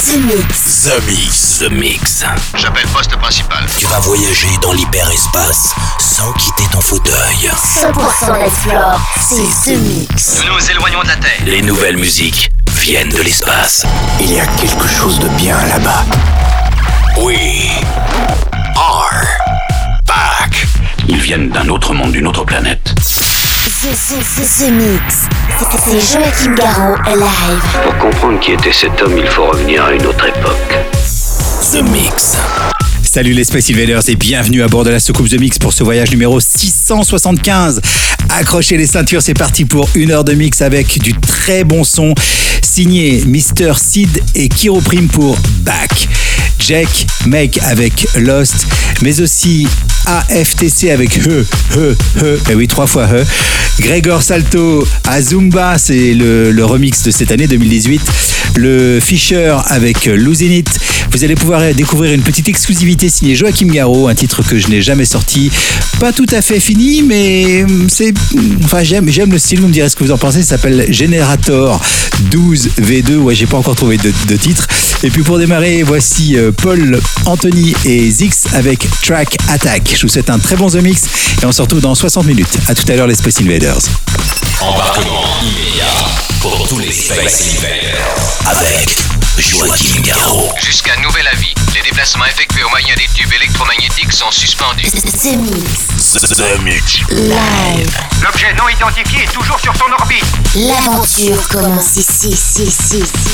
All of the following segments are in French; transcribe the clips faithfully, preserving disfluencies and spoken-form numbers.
The Mix. The Mix. The Mix. J'appelle poste principal. Tu vas voyager dans l'hyperespace sans quitter ton fauteuil. cent pour cent d'Explore, c'est The Mix. Nous nous éloignons de la Terre. Les nouvelles musiques viennent de l'espace. Il y a quelque chose de bien là-bas. We are back. Ils viennent d'un autre monde, d'une autre planète. The, the, the, the Mix. C'est Joachim Garraud live. Pour comprendre qui était cet homme, il faut revenir à une autre époque. The Mix. Salut les Space Invaders et bienvenue à bord de la soucoupe The Mix pour ce voyage numéro six cent soixante-quinze. Accrochez les ceintures, c'est parti pour une heure de mix avec du très bon son. Signé mister Sid et Kiro Prime pour Back. Jack Make avec Lost, mais aussi A F T C avec He, He, He, et oui, trois fois He. Gregor Salto à Zumba, c'est le, le remix de cette année deux mille dix-huit. Le Fisher avec Losing It. Vous allez pouvoir découvrir une petite exclusivité signée Joachim Garraud, un titre que je n'ai jamais sorti. Pas tout à fait fini, mais c'est, enfin, j'aime, j'aime le style, vous me direz ce que vous en pensez. Ça s'appelle Generator douze V deux. Ouais, j'ai pas encore trouvé de, de titre. Et puis pour démarrer, voici Paul, Anthony et Zix avec Track Attack. Je vous souhaite un très bon The Mix et on se retrouve dans soixante minutes. À tout à l'heure les Space Invaders. Embarquement immédiat pour tous les Space Invaders avec Joachim Garraud. Jusqu'à nouvel avis, les déplacements effectués au moyen des tubes électromagnétiques sont suspendus. The Mix. The Mix. Live. L'objet non identifié est toujours sur son orbite. L'aventure commence ici, ici, ici, ici.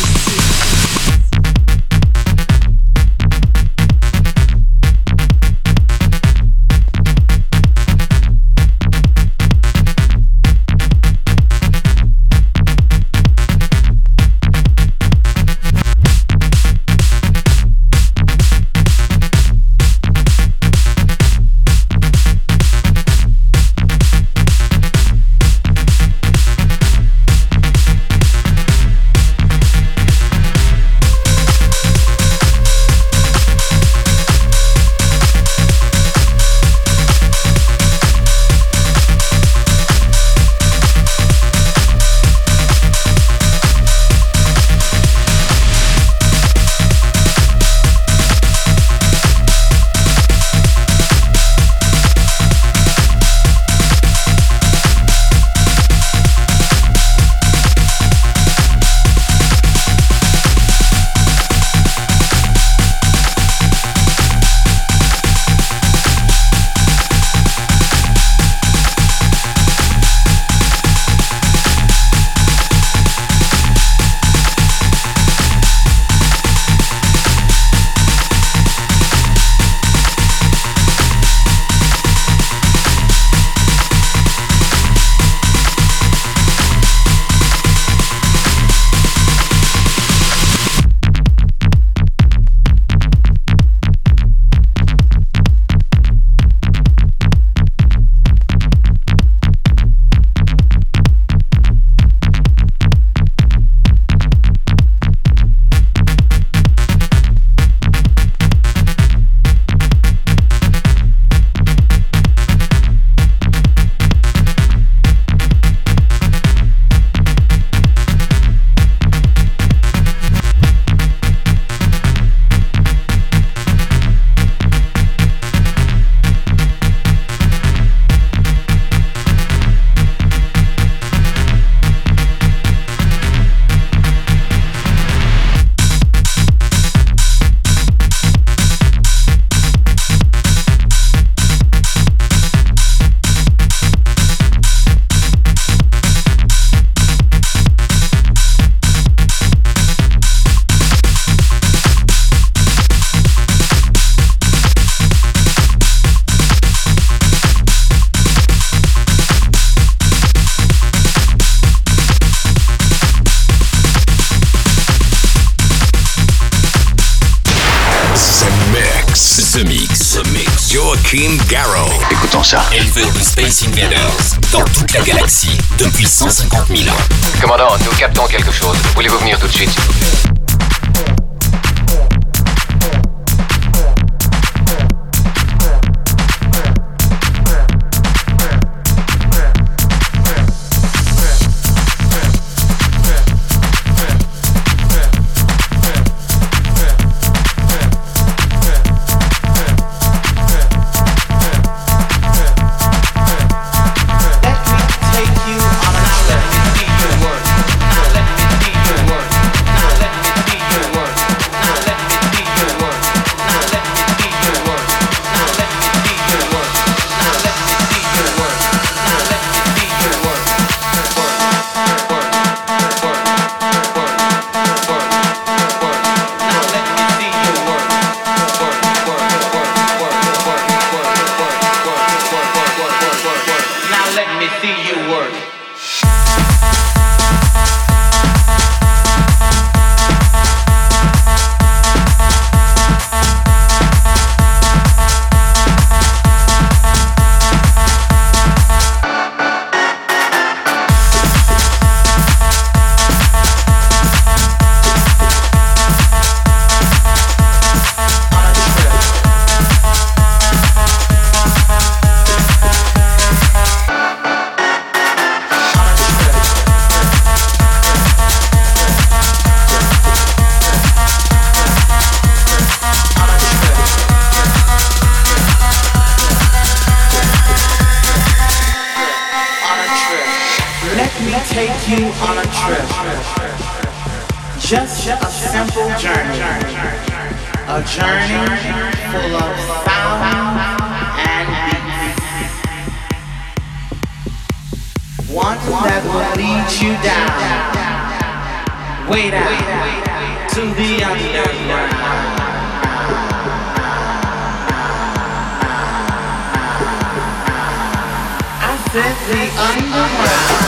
Joachim Garraud. Écoutons ça. Éleveur de Space Invaders dans toute la galaxie depuis cent cinquante mille ans. Commandant, nous captons quelque chose. Voulez-vous venir tout de suite, s'il vous plaît? Just a simple journey, a journey full of sound and beats. One that will lead you down, way down to the underground. I said the underground.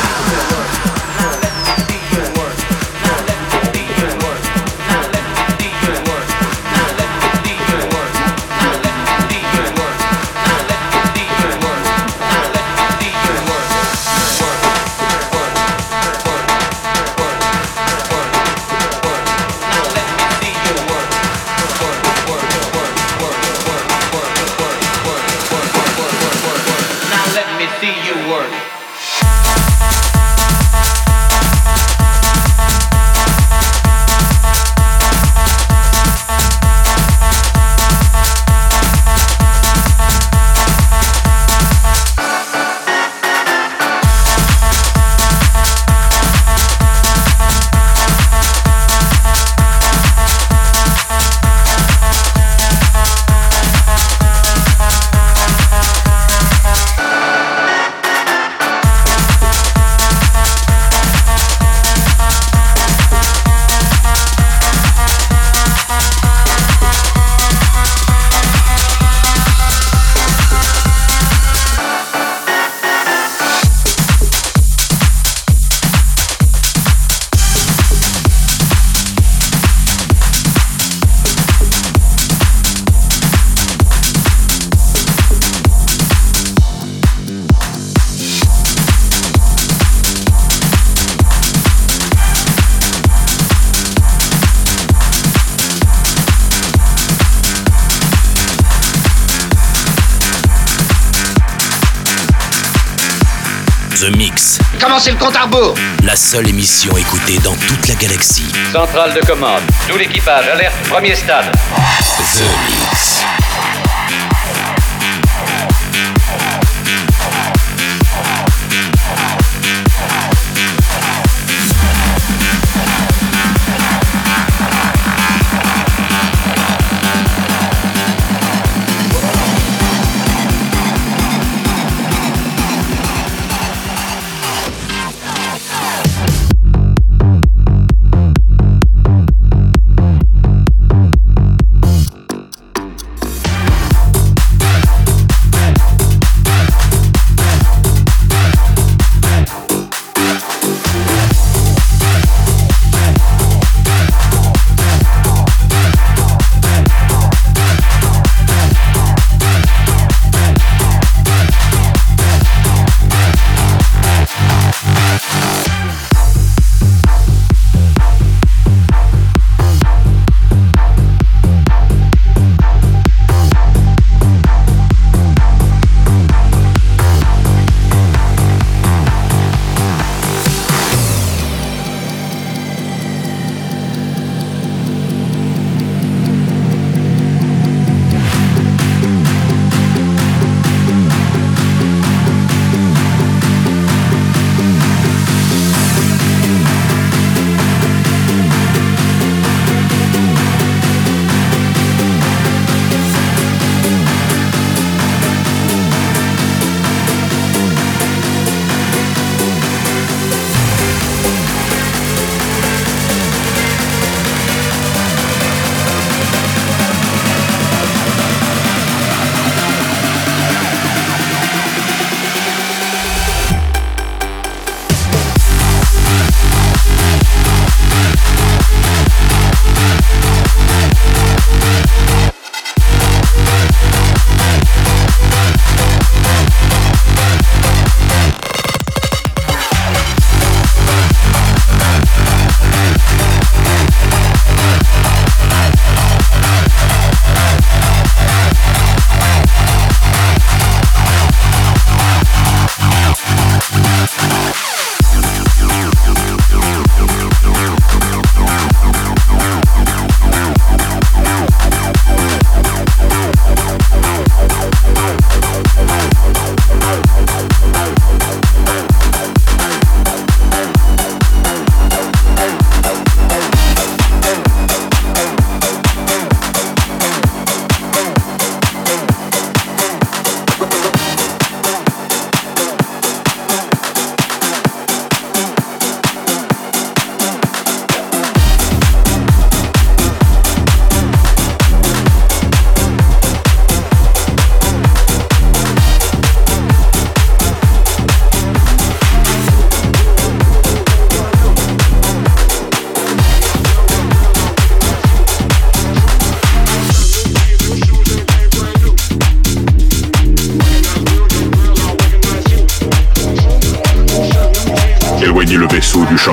The Mix. Commencez le compte à rebours. La seule émission écoutée dans toute la galaxie. Centrale de commande. Tout l'équipage, alerte, premier stade. The Mix.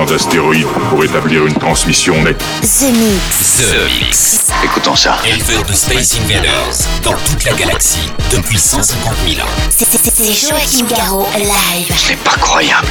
millions d'astéroïdes pour établir une transmission nette. The Mix. The Mix. Écoutons ça. Éleveur de Space Invaders dans toute la galaxie depuis cent cinquante mille ans. C'est, c'est, c'est Joachim Garraud live. C'est pas croyable.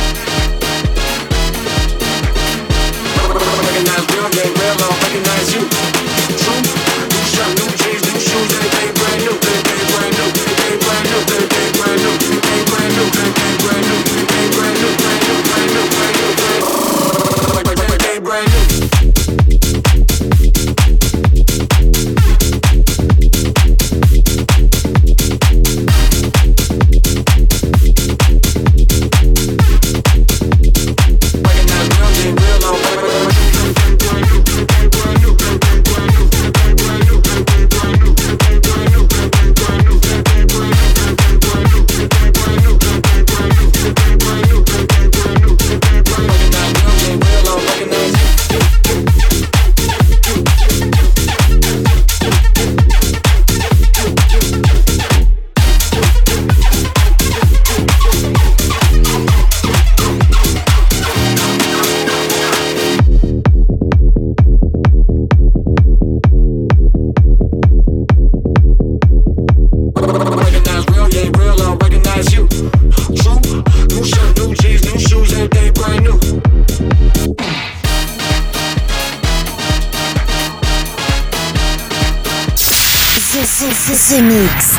The Mix.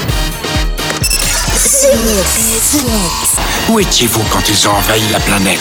The Mix. The Mix. Où étiez-vous quand ils ont envahi la planète?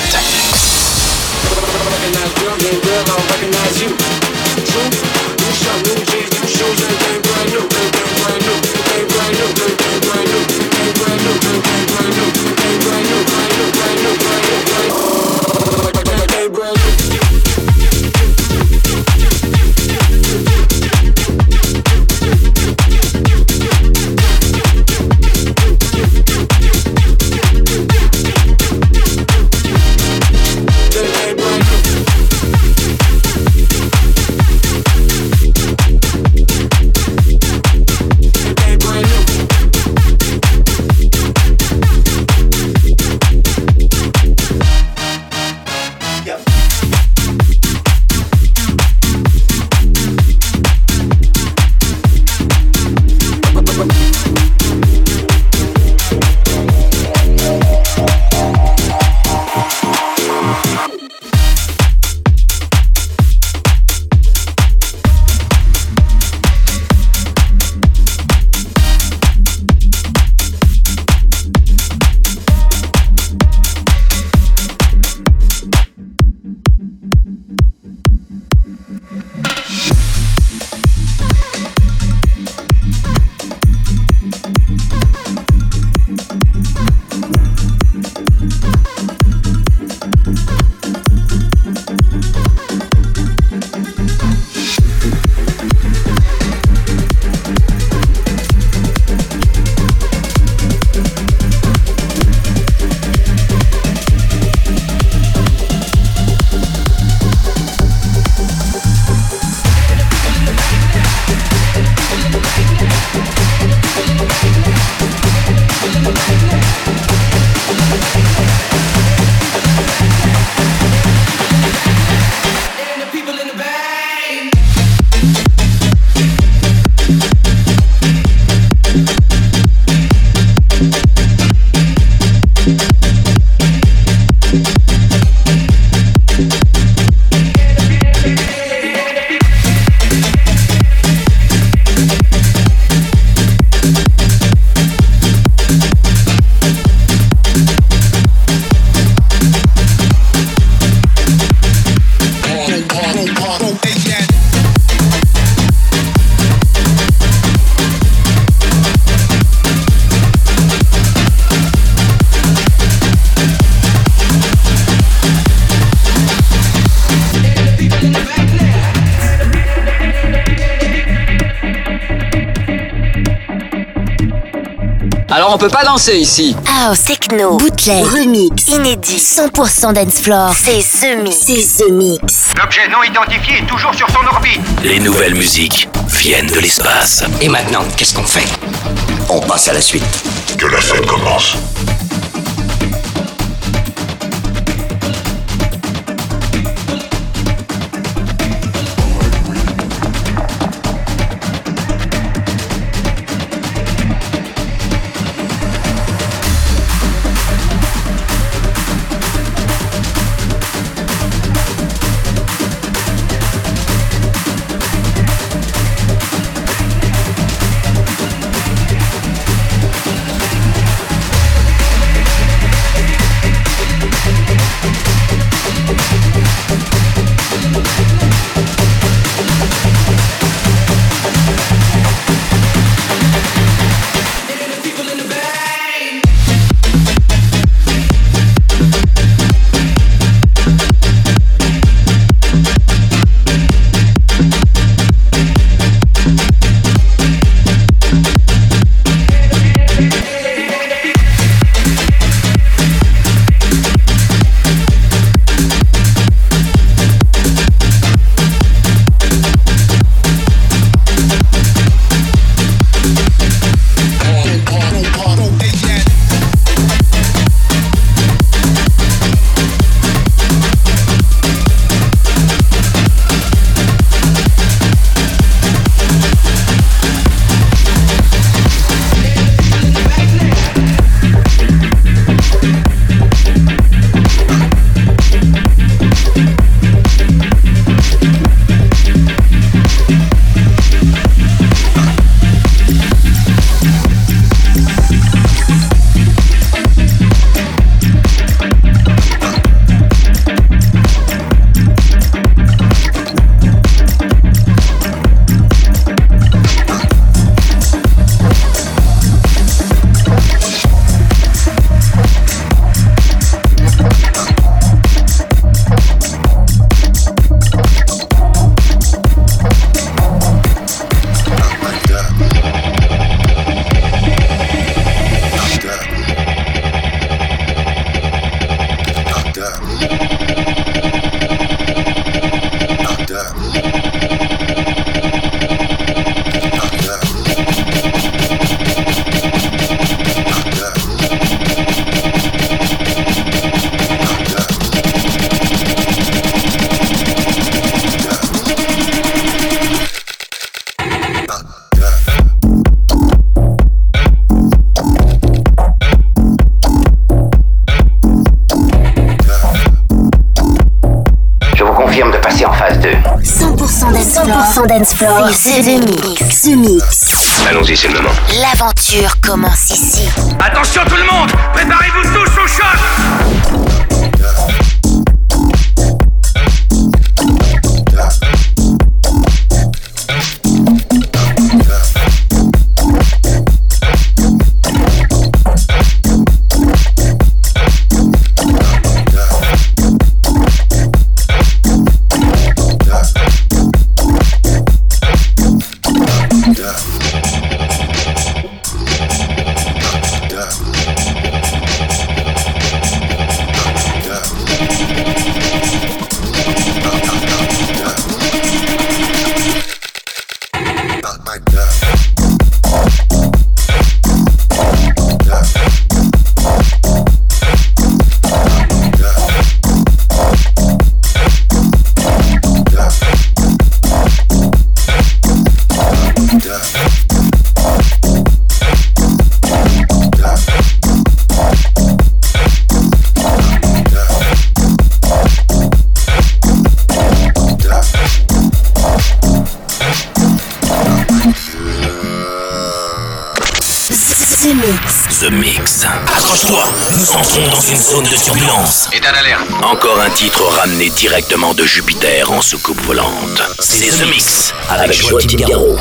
Alors on peut pas danser ici. House, techno, bootleg, remix, inédit, cent pour cent dance floor. C'est The Mix. C'est The Mix. L'objet non identifié est toujours sur son orbite. Les nouvelles musiques viennent de l'espace. Et maintenant, qu'est-ce qu'on fait? On passe à la suite. Que la fête commence. cent dance floor. C'est The Mix. The Mix. Allons-y, c'est le moment. L'aventure commence ici. Attention tout le monde, préparez-vous tous au choc. The Mix. Accroche-toi, nous entrons dans une zone de turbulence. État d'alerte. Encore un titre ramené directement de Jupiter en soucoupe volante. C'est The Mix avec Joachim Garraud.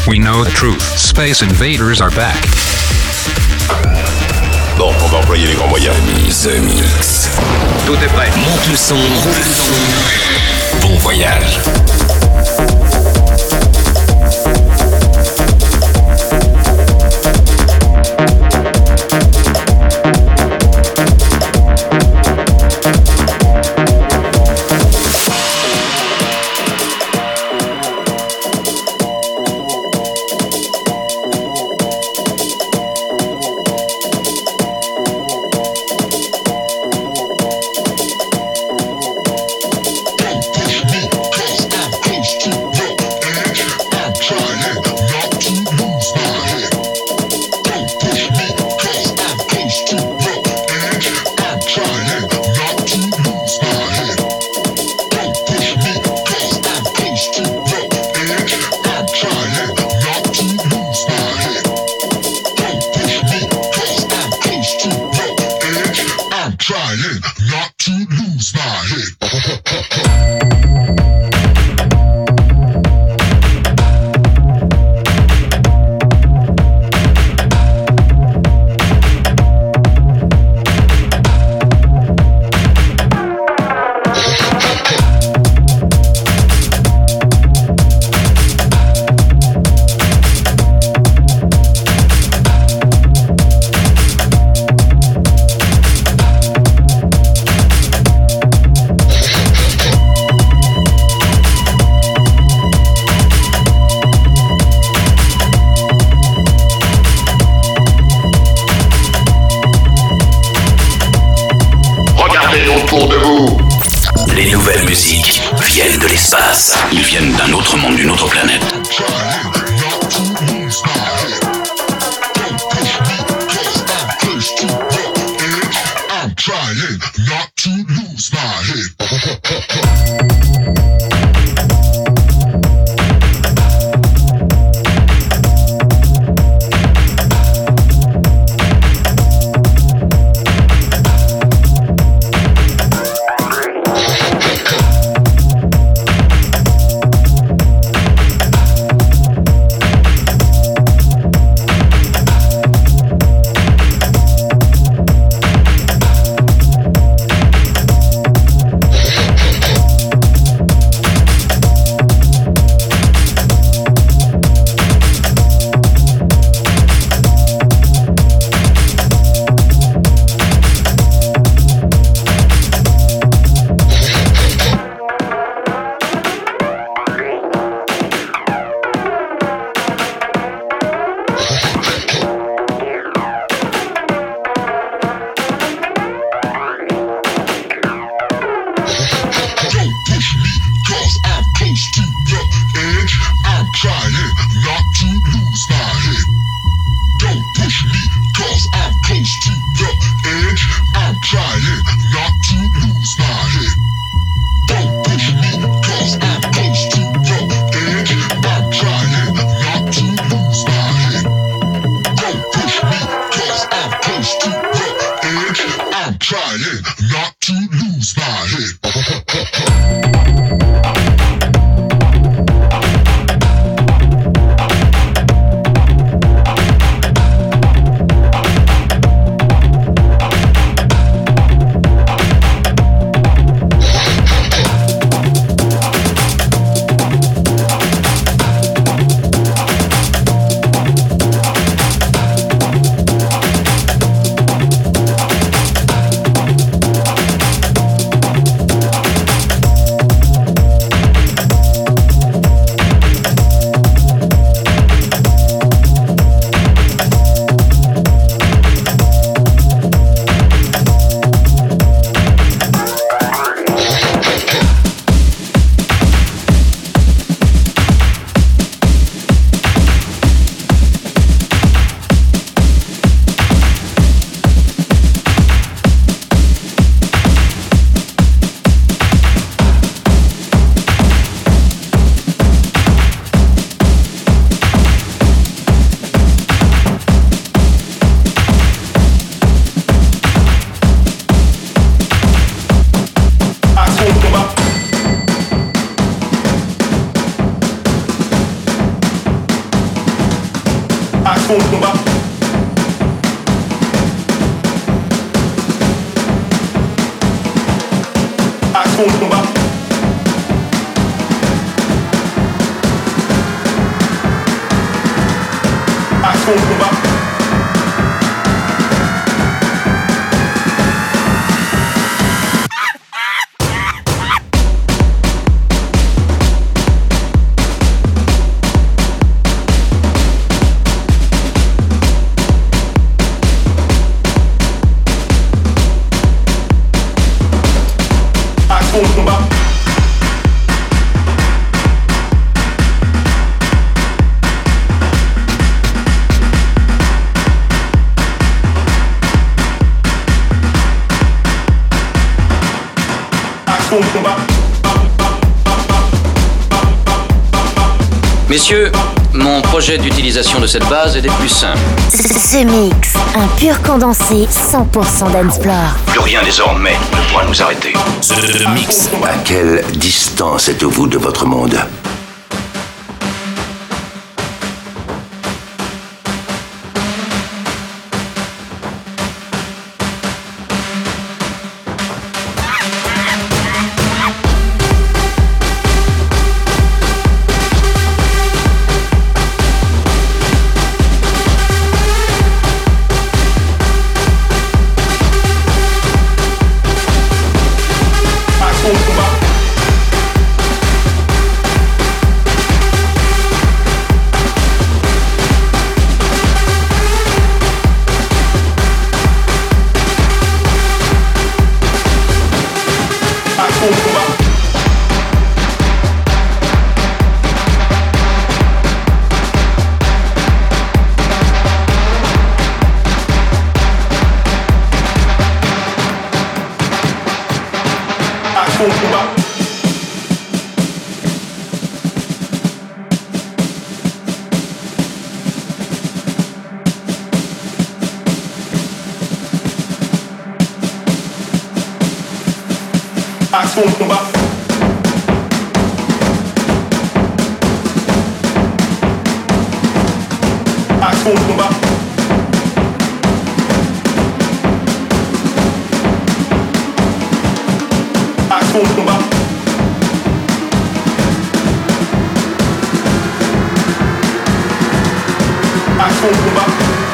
We know the truth. Space invaders are back. Bon, on va employer les grands moyens. The Mix. Tout est prêt. Monte le son. Monte le son. Bon voyage. Ils viennent d'un autre monde, d'une autre planète. Action de combat. Action de combat. Action de combat. Action de combat. Messieurs, mon projet d'utilisation de cette base est des plus simples. The Mix, un pur condensé cent pour cent dancefloor. Plus rien désormais ne pourra nous arrêter. The Mix. À quelle distance êtes-vous de votre monde ? Action de combat. Action de combat. Action de combat. Action de combat.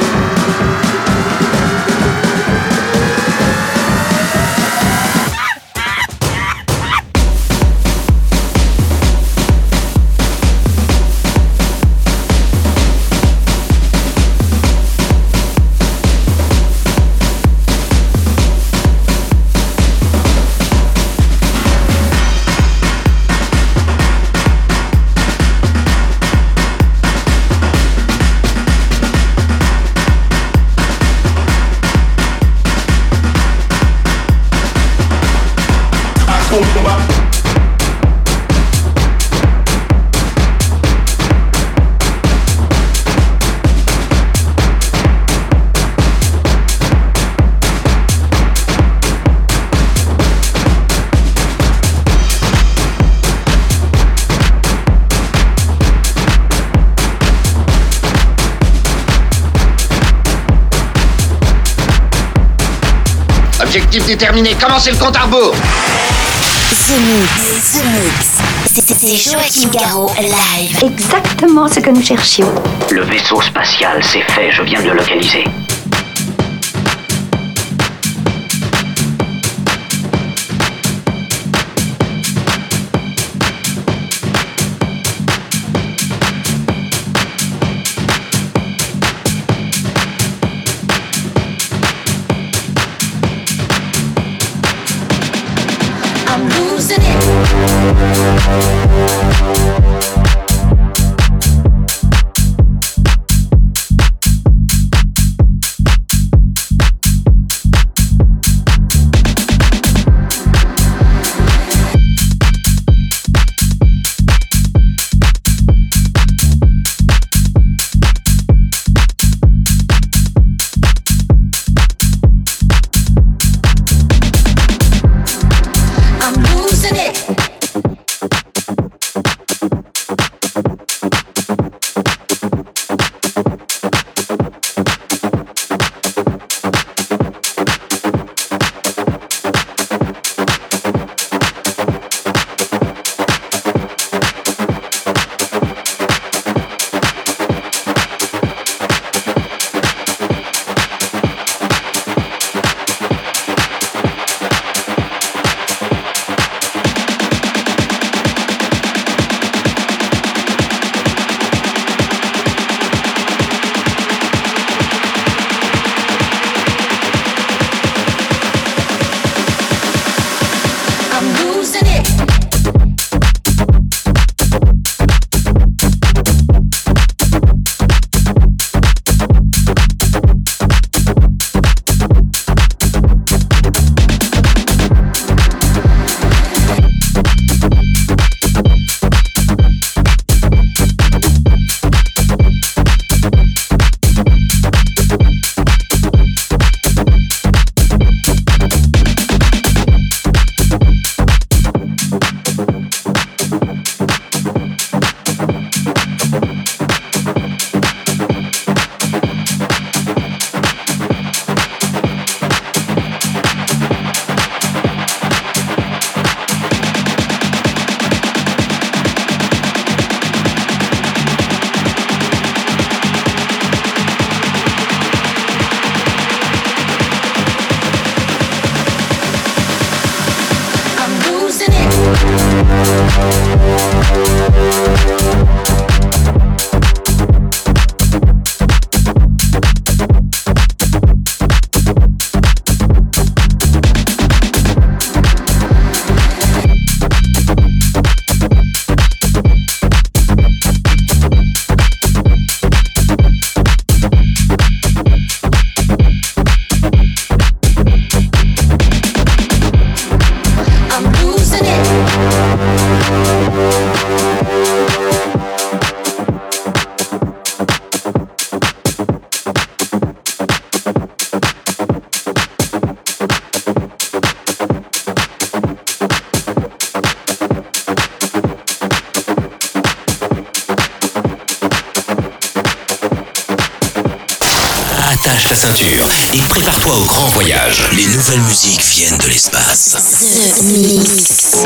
Objectif déterminé, commencez le compte à rebours. The Mix, The Mix, c'est Joachim Garraud live. Exactement ce que nous cherchions. Le vaisseau spatial, c'est fait, je viens de le localiser. attache ta ceinture et prépare-toi au grand voyage. Les nouvelles musiques viennent de l'espace. The Mix.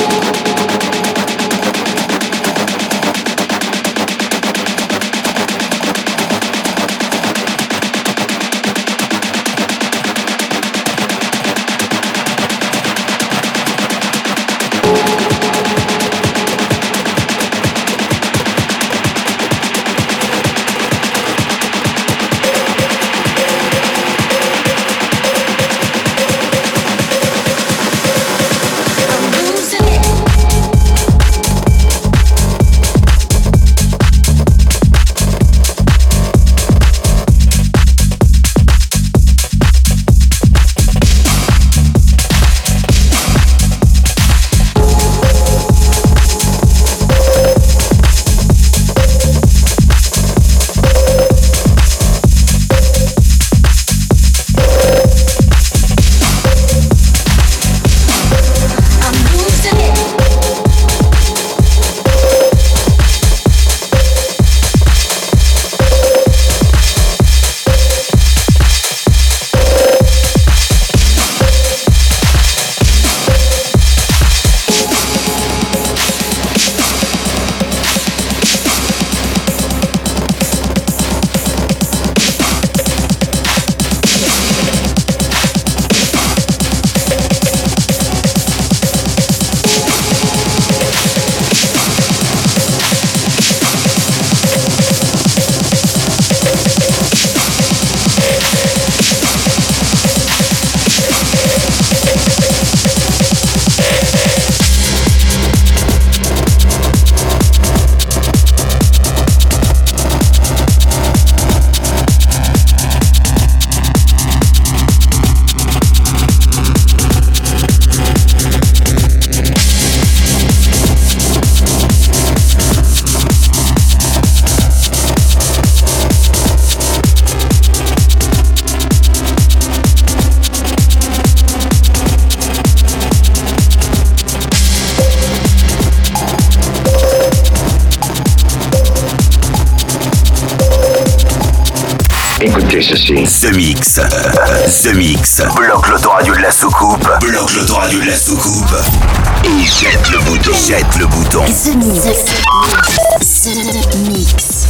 Écoutez ceci. The Mix. The Mix. Bloque l'autoradio de la soucoupe. Bloque l'autoradio de la soucoupe. Et jette le bouton. Jette le bouton. The Mix. The Mix.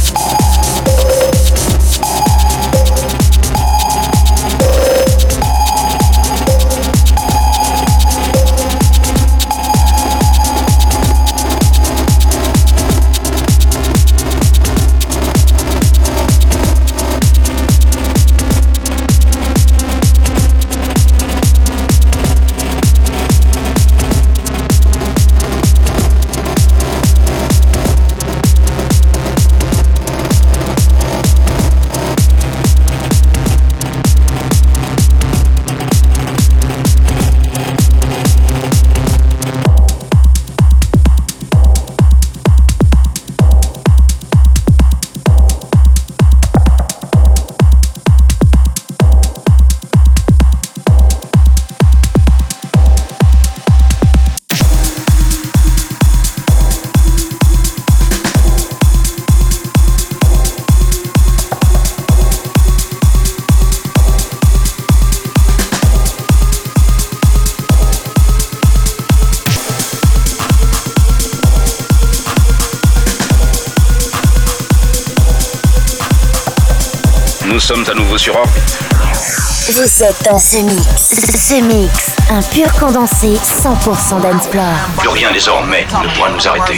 Nous sommes à nouveau sur orbite. Vous êtes dans The Mix. The Mix, un pur condensé cent pour cent dancefloor. Plus rien désormais ne pourra nous arrêter.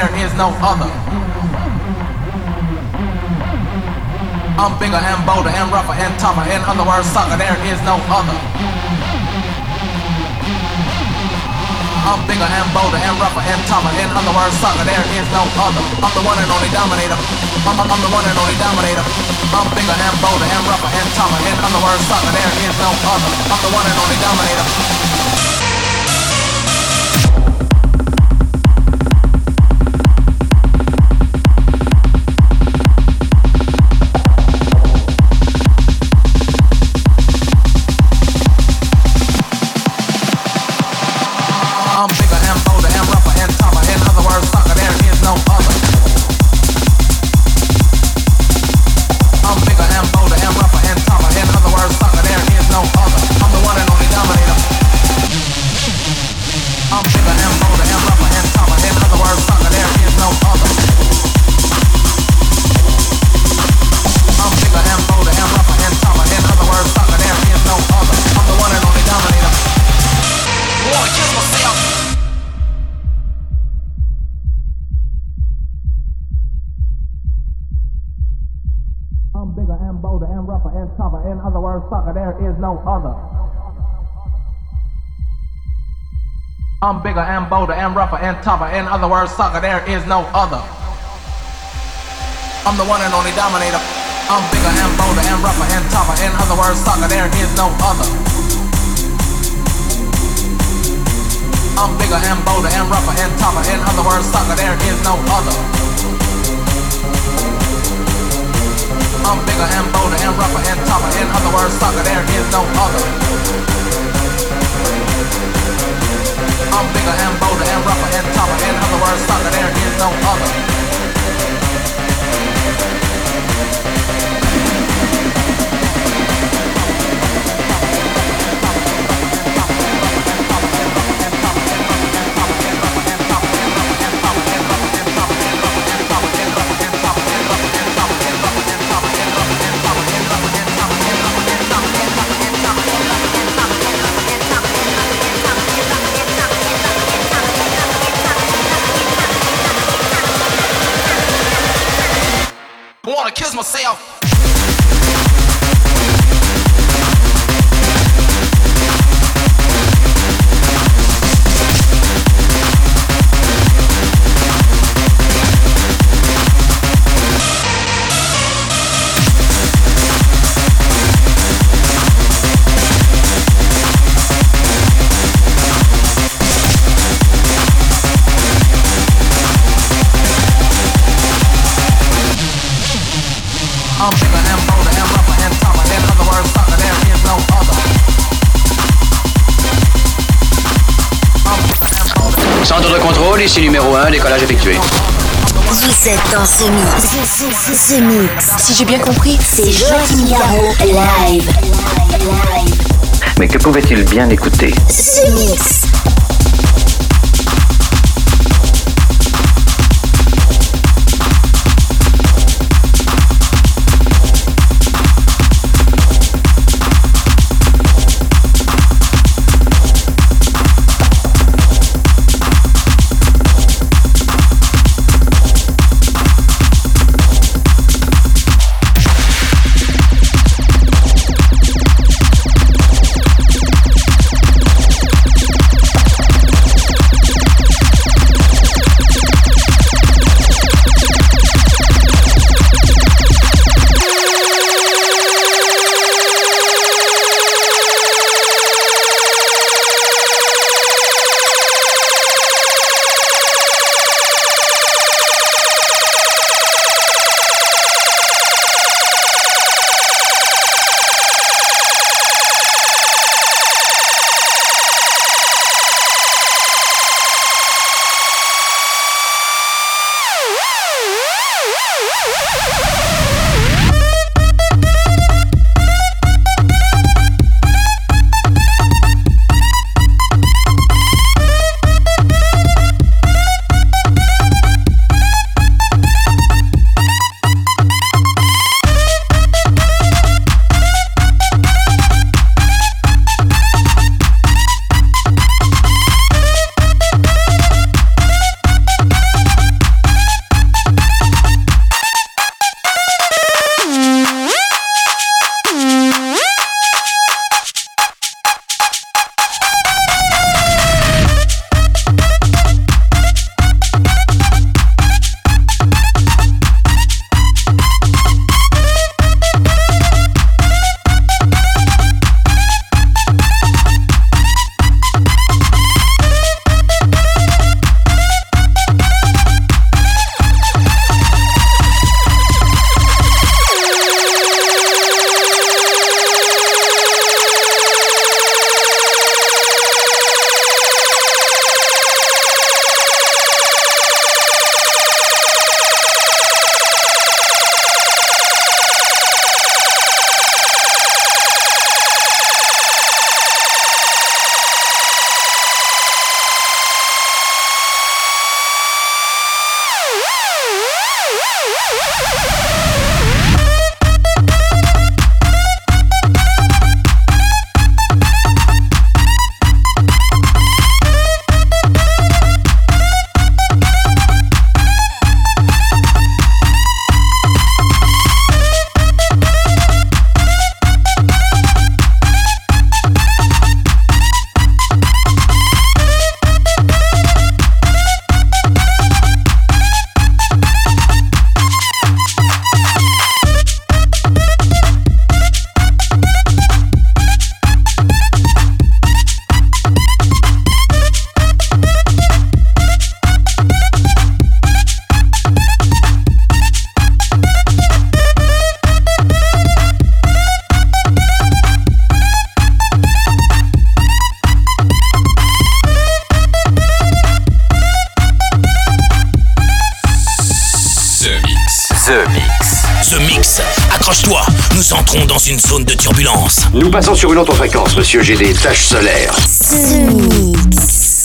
I'm bigger and bolder and rougher and tougher. In other words, sucker, there is no other. I'm bigger and bolder and rougher and tougher. In other words, sucker, there is no other. I'm the one and only dominator. I'm, I'm the one and only dominator. I'm bigger and bolder and rougher and tougher. In other words, sucker, there is no other. I'm the one and only dominator. I'm bigger and bolder and rougher and tougher. In other words, sucker, there is no other. I'm bigger and bolder and rougher and tougher. In other words, sucker, there is no other. I'm the one and only dominator. I'm bigger and bolder and rougher and tougher. In other words, sucker, there is no other. I'm bigger and bolder and rougher and tougher. In other words, sucker, there is no other. I'm the one and only dominator. Wanna kiss myself? I'm bigger and bolder and rougher and tougher. In other words, sucker, there is no other. I'm bigger and bolder and rougher and tougher. In other words, sucker, there is no other. I'm the one and only dominator. I'm bigger and bolder and rougher and tougher. In other words, sucker, there is no other. I'm bigger and bolder and rougher and tougher. In other words, sucker, there is no other. I'm bigger and bolder and rougher and tougher. In other words, sucker, there is no other. I'm bigger and bolder and rougher and tougher. In other words, sucker, there is no other. Wanna kiss myself. I'm bigger and bolder and rougher and tougher. In other words, sucker, there is no other. Centre de contrôle, ici numéro un, décollage effectué. Vous êtes dans ce mix. Ce mix. Si j'ai bien compris, c'est Joachim Garraud live. Mais que pouvait-il bien écouter? Ce mix. Accroche-toi, nous entrons dans une zone de turbulence. Nous passons sur une autre fréquence, monsieur, j'ai des taches solaires. The Mix.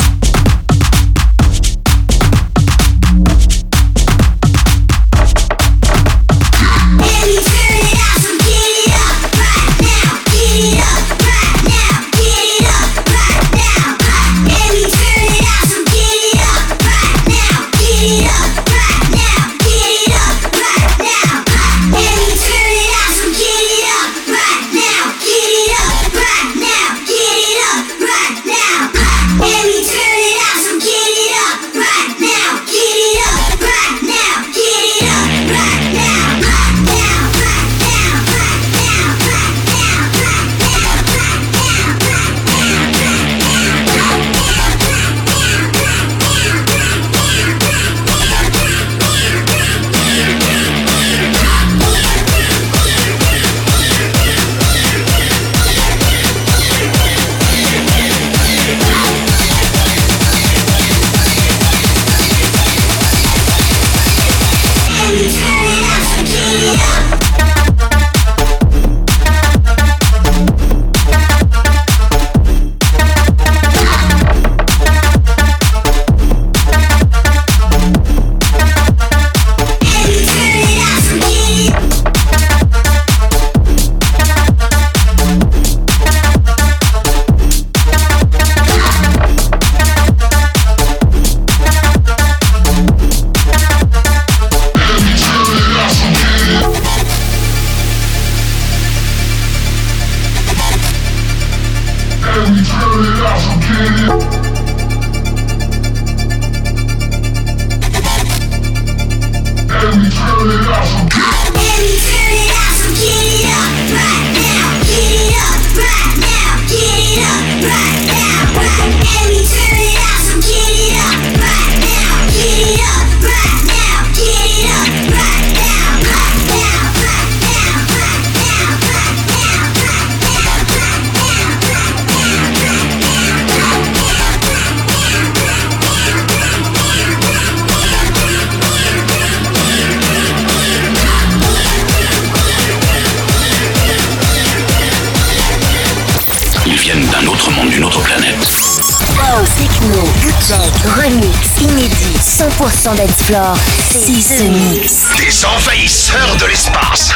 D'un autre monde, d'une autre planète. Wow, techno, bootleg, remix, inédit, cent pour cent dance floor. C'est The Mix. Des envahisseurs de l'espace.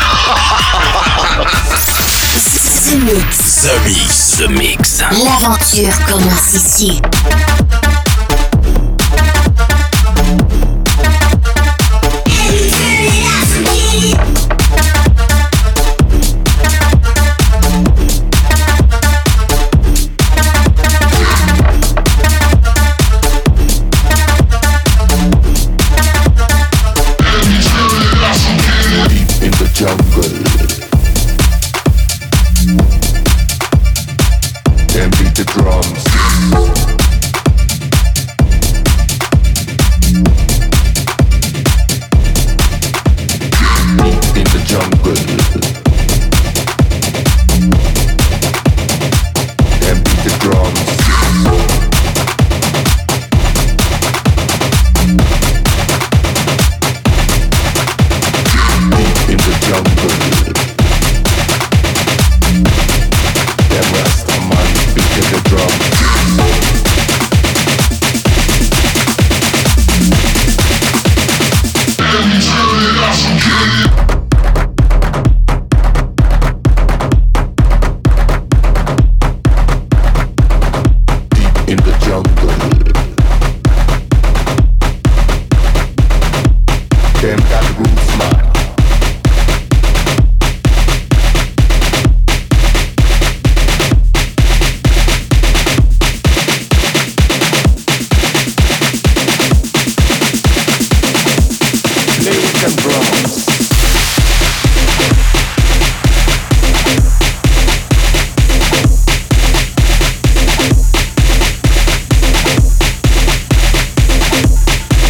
The Mix. The Mix. The Mix. L'aventure commence ici. And beat the drums.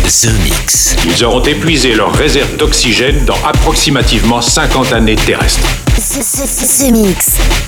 The Mix. Ils auront épuisé leurs réserves d'oxygène dans approximativement cinquante années terrestres. The Mix.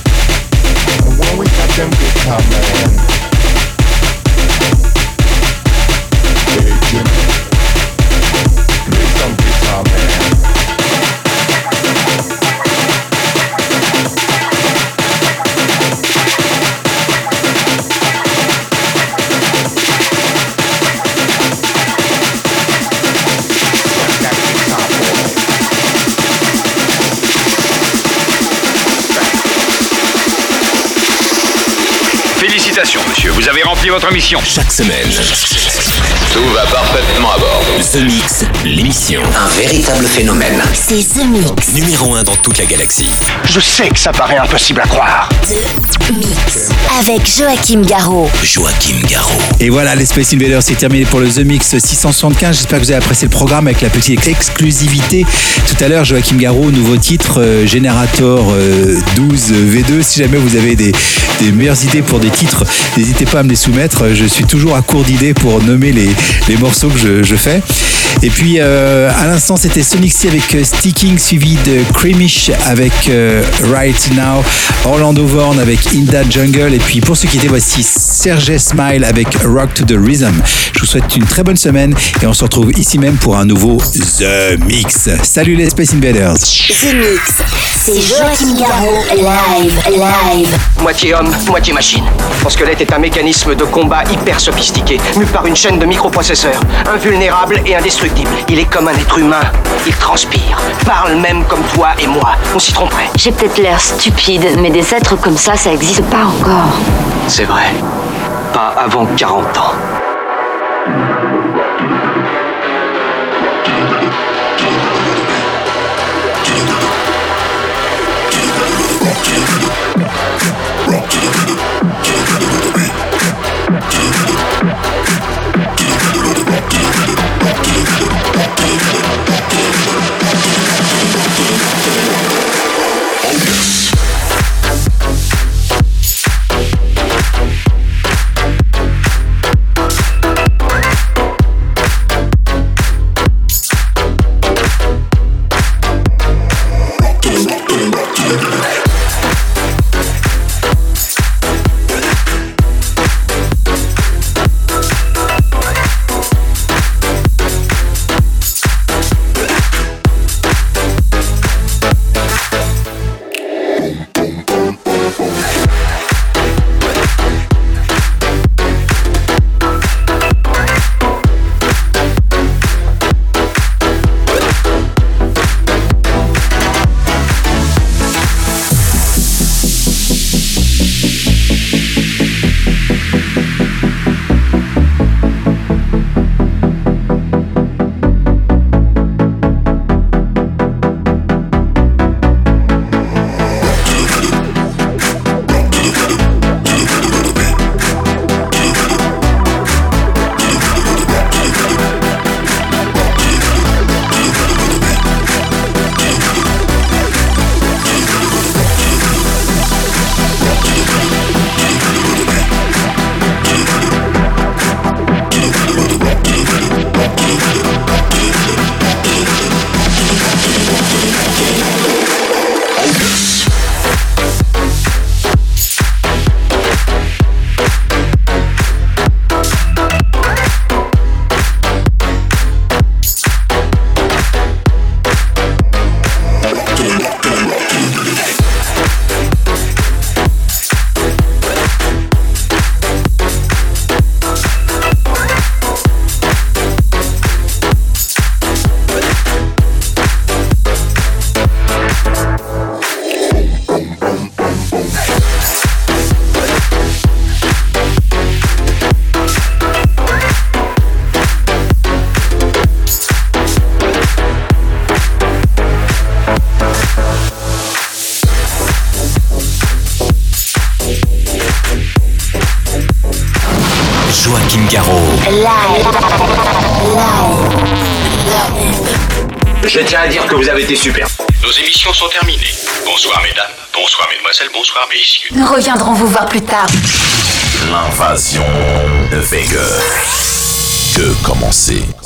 Félicitations, monsieur, vous avez rempli votre mission. Chaque semaine, tout va parfaitement à bord. The Mix, l'émission. Un véritable phénomène. C'est The Mix. Numéro un dans toute la galaxie. Je sais que ça paraît impossible à croire. The Mix. Avec Joachim Garraud. Joachim Garraud. Et voilà, les Space Invaders, c'est terminé pour le The Mix six cent soixante-quinze. J'espère que vous avez apprécié le programme avec la petite exclusivité. Tout à l'heure, Joachim Garraud, nouveau titre, euh, Generator euh, douze V deux. Si jamais vous avez des, des meilleures idées pour des titres, n'hésitez pas à me les soumettre. Je suis toujours à court d'idées pour nommer les, les morceaux que je, je fais. Et puis, euh, à l'instant, c'était Sonic C avec euh, Sticking, suivi de Creamish avec euh, Right Now, Orlando Vorn avec In That Jungle. Et puis, pour ceux qui étaient, voici Serge Smile avec Rock to the Rhythm. Je vous souhaite une très bonne semaine et on se retrouve ici même pour un nouveau The Mix. Salut les Space Invaders. The Mix, c'est Joachim Garraud, live, live. Moitié homme, moitié machine. Son squelette est un mécanisme de combat hyper sophistiqué, mu par une chaîne de microprocesseurs, invulnérable et indestructible. Il est comme un être humain. Il transpire, parle même comme toi et moi. On s'y tromperait. J'ai peut-être l'air stupide, mais des êtres comme ça, ça existe pas encore. C'est vrai. Pas avant quarante ans. Joachim Garraud. Live. Live. Je tiens à dire que vous avez été super. Nos émissions sont terminées. Bonsoir mesdames, bonsoir mesdemoiselles, bonsoir messieurs. Nous reviendrons vous voir plus tard. L'invasion de Vega. Que commencer.